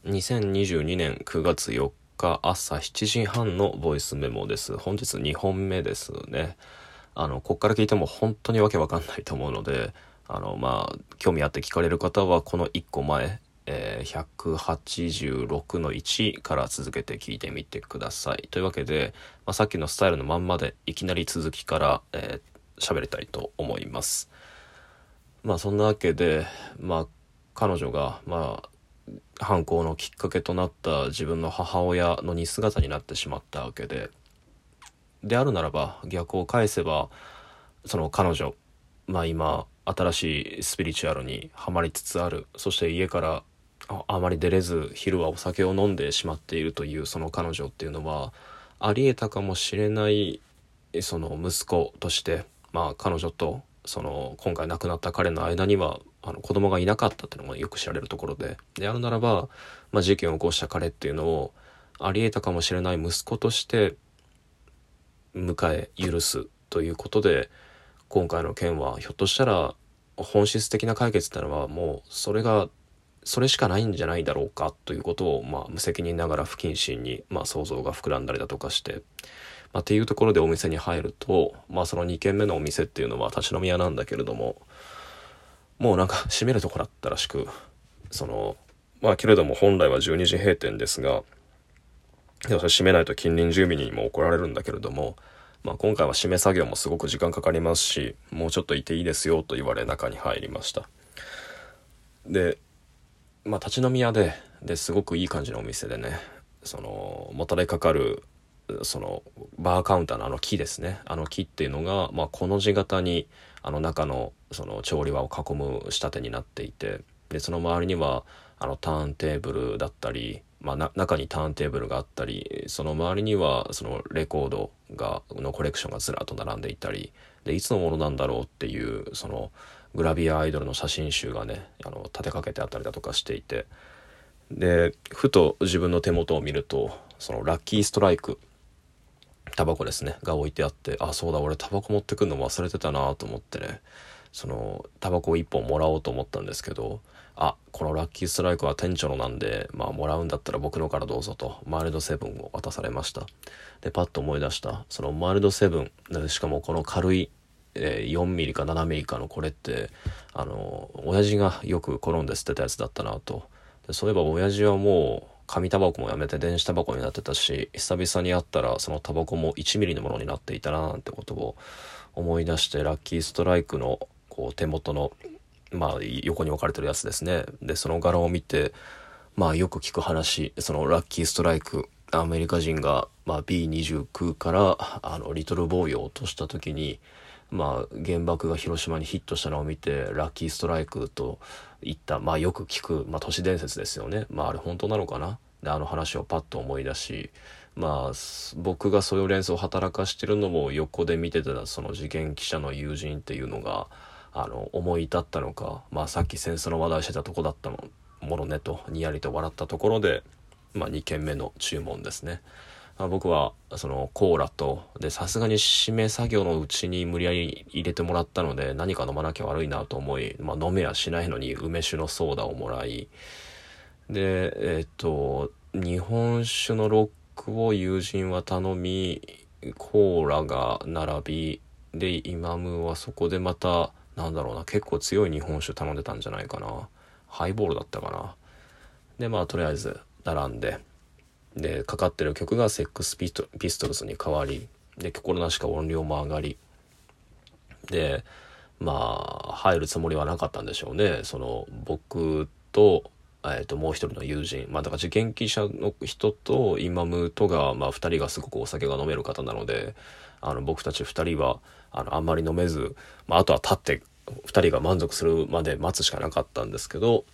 2022年9月4日朝7時半のボイスメモです。本日2本目ですね。こっから聞いても本当にわけわかんないと思うので、興味あって聞かれる方はこの1個前、186の1から続けて聞いてみてください。というわけで、さっきのスタイルのまんまでいきなり続きから喋りたいと思います。そんなわけで、彼女が犯行のきっかけとなった自分の母親の似姿になってしまったわけであるならば、逆を返せばその彼女、今新しいスピリチュアルにはまりつつある、そして家からあまり出れず昼はお酒を飲んでしまっているというその彼女っていうのは、ありえたかもしれないその息子として、彼女とその今回亡くなった彼の間には子供がいなかったっていうのもよく知られるところであるならば、事件を起こした彼っていうのをありえたかもしれない息子として迎え許すということで、今回の件はひょっとしたら本質的な解決ってのはもうそれしかないんじゃないだろうかということを、無責任ながら不謹慎に、想像が膨らんだりだとかして、っていうところでお店に入ると、その2軒目のお店っていうのは立ち飲み屋なんだけれども、もう閉めるとこだったらしく、けれども本来は12時閉店ですが、閉めないと近隣住民にも怒られるんだけれども、今回は閉め作業もすごく時間かかりますし、もうちょっといていいですよと言われ中に入りました。で、立ち飲み屋ですごくいい感じのお店でね、もたれかかるそのバーカウンターの木ですね、木っていうのが、この字型に中のその調理場を囲む仕立てになっていて、でその周りにはターンテーブルだったり、中にターンテーブルがあったり、その周りにはそのレコードのコレクションがずらっと並んでいたりで、いつのものなんだろうっていうそのグラビアアイドルの写真集がね立てかけてあったりだとかしていて、でふと自分の手元を見ると、そのラッキーストライクタバコですねが置いてあって、そうだ、俺タバコ持ってくるの忘れてたなと思ってね、そのタバコを1本もらおうと思ったんですけど、このラッキーストライクは店長のなんで、もらうんだったら僕のからどうぞとマイルドセブンを渡されました。でパッと思い出した、そのマイルドセブンで、しかもこの軽い、4ミリか7ミリかのこれって親父がよく転んで捨てたやつだったなと。でそういえば親父はもう紙タバコもやめて電子タバコになってたし、久々に会ったらそのタバコも1ミリのものになっていたななんてことを思い出して、ラッキーストライクの手元の横に置かれてるやつですね。でその柄を見て、よく聞く話、そのラッキーストライク、アメリカ人が、B29 からリトルボーイを落とした時に、原爆が広島にヒットしたのを見てラッキーストライクと言った、よく聞く、都市伝説ですよね。あれ本当なのかな。で話をパッと思い出し、僕がそういう連想を働かしてるのも横で見てたその事件記者の友人っていうのが思い至ったのか、さっき戦争の話題してたとこだったものねとにやりと笑ったところで、2軒目の注文ですね。僕はそのコーラとで、さすがに締め作業のうちに無理やり入れてもらったので何か飲まなきゃ悪いなと思い、飲めやしないのに梅酒のソーダをもらい、で日本酒のロックを友人は頼み、コーラが並びで、イマムはそこでまた結構強い日本酒頼んでたんじゃないかな、ハイボールだったかな。でとりあえず並んで、でかかってる曲がセックスピストルズに変わり、で心なしか音量も上がり、で入るつもりはなかったんでしょうね。その僕ともう一人の友人、だから事件記者の人とイマムとが、2人がすごくお酒が飲める方なので、僕たち2人はあんまり飲めず、あとは立って2人が満足するまで待つしかなかったんですけど、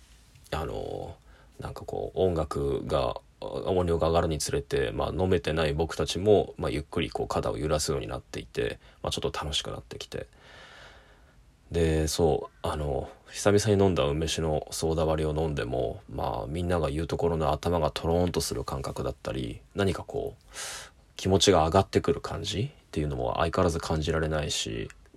音楽が音量が上がるにつれて、飲めてない僕たちも、ゆっくり肩を揺らすようになっていて、ちょっと楽しくなってきて、で久々に飲んだ梅酒のソーダ割りを飲んでも、みんなが言うところの頭がトローンとする感覚だったり、何か気持ちが上がってくる感じっていうのも相変わらず感じられないし、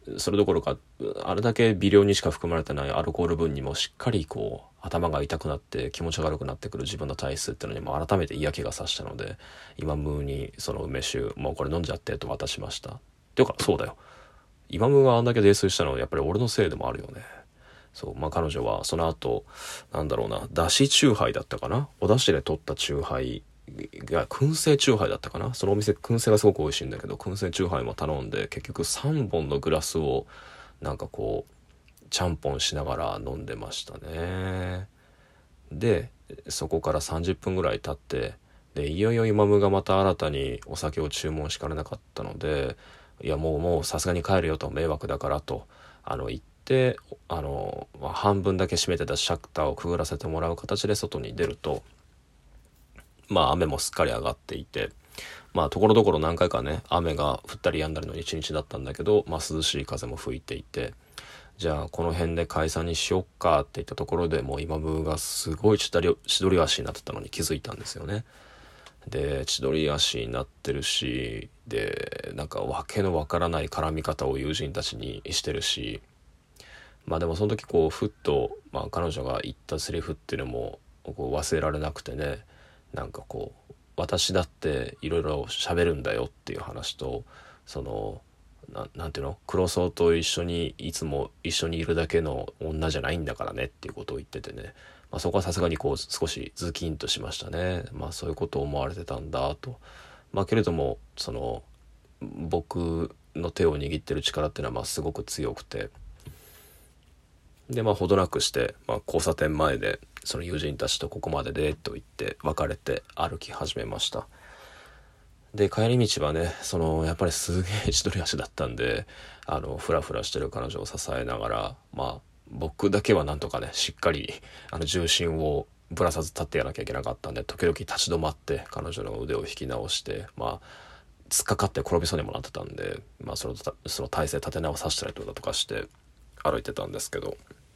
それどころかあれだけ微量にしか含まれてないアルコール分にもしっかりこう頭が痛くなって気持ちが悪くなってくる自分の体質っていうのにも改めて嫌気がさしたので、今ムにその梅酒もうこれ飲んじゃってと渡しました。っていうかそうだよ、今ムがあんだけ泥酔したのはやっぱり俺のせいでもあるよね。そう、彼女はその後なんだろうな、だしチューハイだったかな、お出汁で取ったチューハイが燻製チューハイだったかな、そのお店燻製がすごく美味しいんだけど燻製チューハイも頼んで結局3本のグラスをなんかこうちゃんぽんしながら飲んでましたね。でそこから30分ぐらい経って、でいよいよ今ムがまた新たにお酒を注文しかねなかったので、いやもうさすがに帰るよと、迷惑だからと言って半分だけ閉めてたシャッターをくぐらせてもらう形で外に出ると、雨もすっかり上がっていて、ところどころ何回かね雨が降ったり止んだりの一日だったんだけど、涼しい風も吹いていて、じゃあこの辺で解散にしよっかって言ったところでもう今ブーがすごい千鳥足になってたのに気づいたんですよね。で千鳥足になってるし、でなんかわけのわからない絡み方を友人たちにしてるし、でもその時こうふっと、彼女が言ったセリフっていうのもこう忘れられなくてね、なんかこう私だっていろいろ喋るんだよっていう話と、そのなんていうの、黒荘と一緒にいつも一緒にいるだけの女じゃないんだからねっていうことを言っててね、そこはさすがにこう少しズキンとしましたね。そういうことを思われてたんだと。けれどもその僕の手を握ってる力っていうのはすごく強くて、でほどなくして、交差点前でその友人たちとここまででと言って別れて歩き始めました。で帰り道はねやっぱりすげえ千鳥足だったんで、フラフラしてる彼女を支えながら、僕だけはなんとかねしっかり重心をぶらさず立ってやらなきゃいけなかったんで、時々立ち止まって彼女の腕を引き直して、突っかかって転びそうにもなってたんで、その体勢立て直させたりとかして歩いてたんですけど、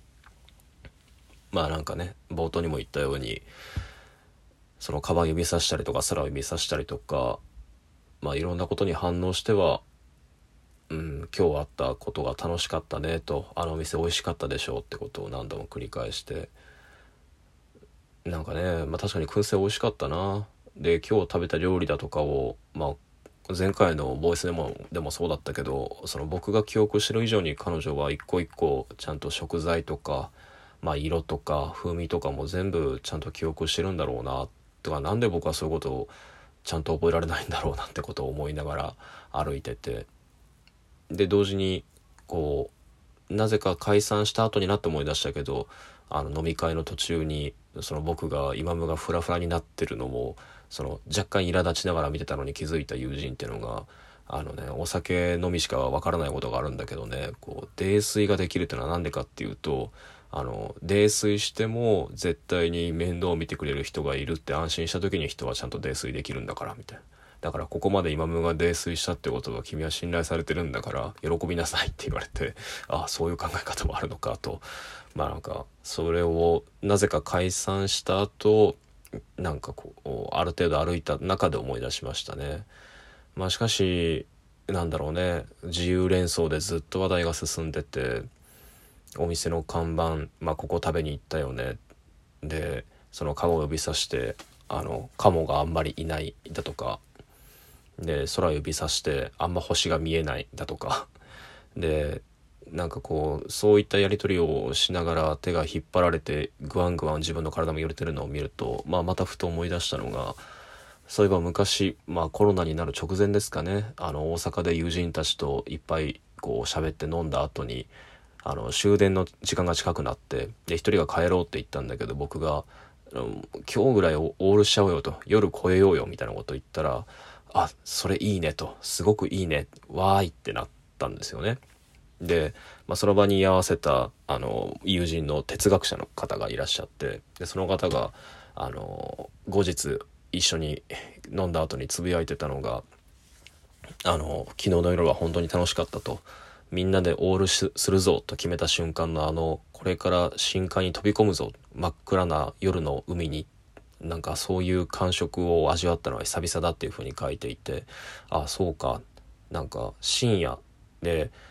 なんかね冒頭にも言ったようにそのカバン指さしたりとか空を指さしたりとか、いろんなことに反応しては、今日あったことが楽しかったねと、あのお店美味しかったでしょうってことを何度も繰り返して、なんかね、確かに燻製美味しかったな。で今日食べた料理だとかを、前回のボイスでもそうだったけど、その僕が記憶してる以上に彼女は一個一個ちゃんと食材とか、色とか風味とかも全部ちゃんと記憶してるんだろうなとか、なんで僕はそういうことをちゃんと覚えられないんだろうなってことを思いながら歩いてて、で同時にこうなぜか解散した後になって思い出したけど、飲み会の途中にその僕が今ムがフラフラになってるのもその若干苛立ちながら見てたのに気づいた友人っていうのが、お酒飲みしかわからないことがあるんだけどね、こう泥酔ができるっていうのはなんでかっていうと、泥酔しても絶対に面倒を見てくれる人がいるって安心した時に人はちゃんと泥酔できるんだからみたいな。だからここまで今ムが泥酔したってことは君は信頼されてるんだから喜びなさいって言われて、そういう考え方もあるのかと、なんかそれをなぜか解散した後なんかこうある程度歩いた中で思い出しましたね。しかしなんだろうね、自由連想でずっと話題が進んでて、お店の看板、ここ食べに行ったよね、でそのカモを呼びさしてカモがあんまりいないだとかで、空を指さしてあんま星が見えないだとかで、なんかこうそういったやり取りをしながら手が引っ張られてグワングワン自分の体も揺れてるのを見ると、またふと思い出したのが、そういえば昔、コロナになる直前ですかね、大阪で友人たちといっぱいこう喋って飲んだ後に終電の時間が近くなって、で一人が帰ろうって言ったんだけど、僕が今日ぐらいオールしちゃおうよと、夜越えようよみたいなこと言ったら、それいいねと、すごくいいね、わーいってなったんですよね。で、その場に居合わせた友人の哲学者の方がいらっしゃって、でその方が後日一緒に飲んだ後につぶやいてたのが、昨日の夜は本当に楽しかったと、みんなでオールするぞと決めた瞬間のこれから深海に飛び込むぞ、真っ暗な夜の海に、なんかそういう感触を味わったのは久々だっていう風に書いていて、そうか、なんか深夜で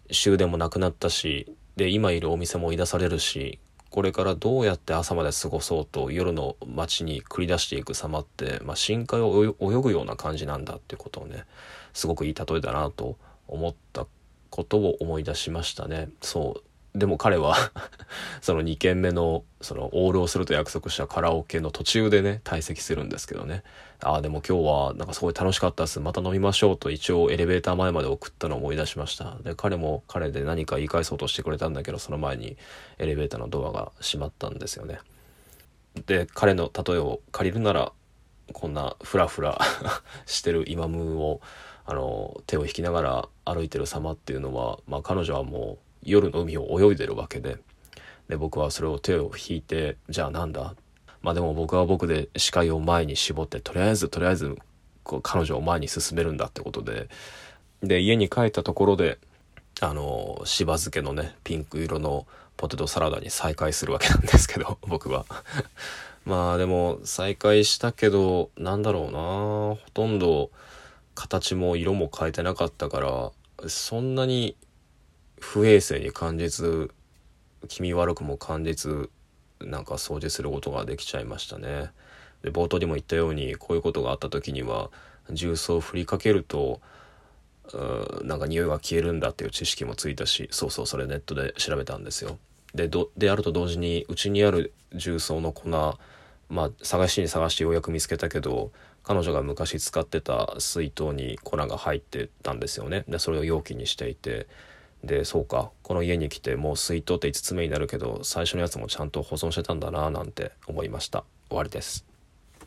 終電もなくなったし、で今いるお店も追い出されるし、これからどうやって朝まで過ごそうと夜の街に繰り出していく様って、深海を泳ぐような感じなんだっていうことをね、すごくいい例えだなと思ったことを思い出しましたね。そうでも彼はその2軒目のそのオールをすると約束したカラオケの途中でね退席するんですけどね、でも今日はなんかすごい楽しかったです、また飲みましょうと一応エレベーター前まで送ったのを思い出しました。で彼も彼で何か言い返そうとしてくれたんだけど、その前にエレベーターのドアが閉まったんですよね。で彼の例えを借りるなら、こんなフラフラしてるイマムを手を引きながら歩いてる様っていうのは、彼女はもう夜の海を泳いでるわけで、僕はそれを手を引いて、じゃあなんだ、でも僕は僕で視界を前に絞って、とりあえずこう彼女を前に進めるんだってことで、家に帰ったところでしば漬けのねピンク色のポテトサラダに再会するわけなんですけど僕はでも再会したけど、なんだろうな、ほとんど形も色も変えてなかったから、そんなに不衛生に感じず気味悪くも感じず、なんか掃除することができちゃいましたね。で冒頭にも言ったように、こういうことがあった時には重曹を振りかけるとなんか匂いが消えるんだっていう知識もついたし、それネットで調べたんですよ。であると同時に、うちにある重曹の粉、探してようやく見つけたけど、彼女が昔使ってた水筒に粉が入ってたんですよね。でそれを容器にしていて、でそうか、この家に来てもう水筒って5つ目になるけど、最初のやつもちゃんと保存してたんだななんて思いました。終わりです。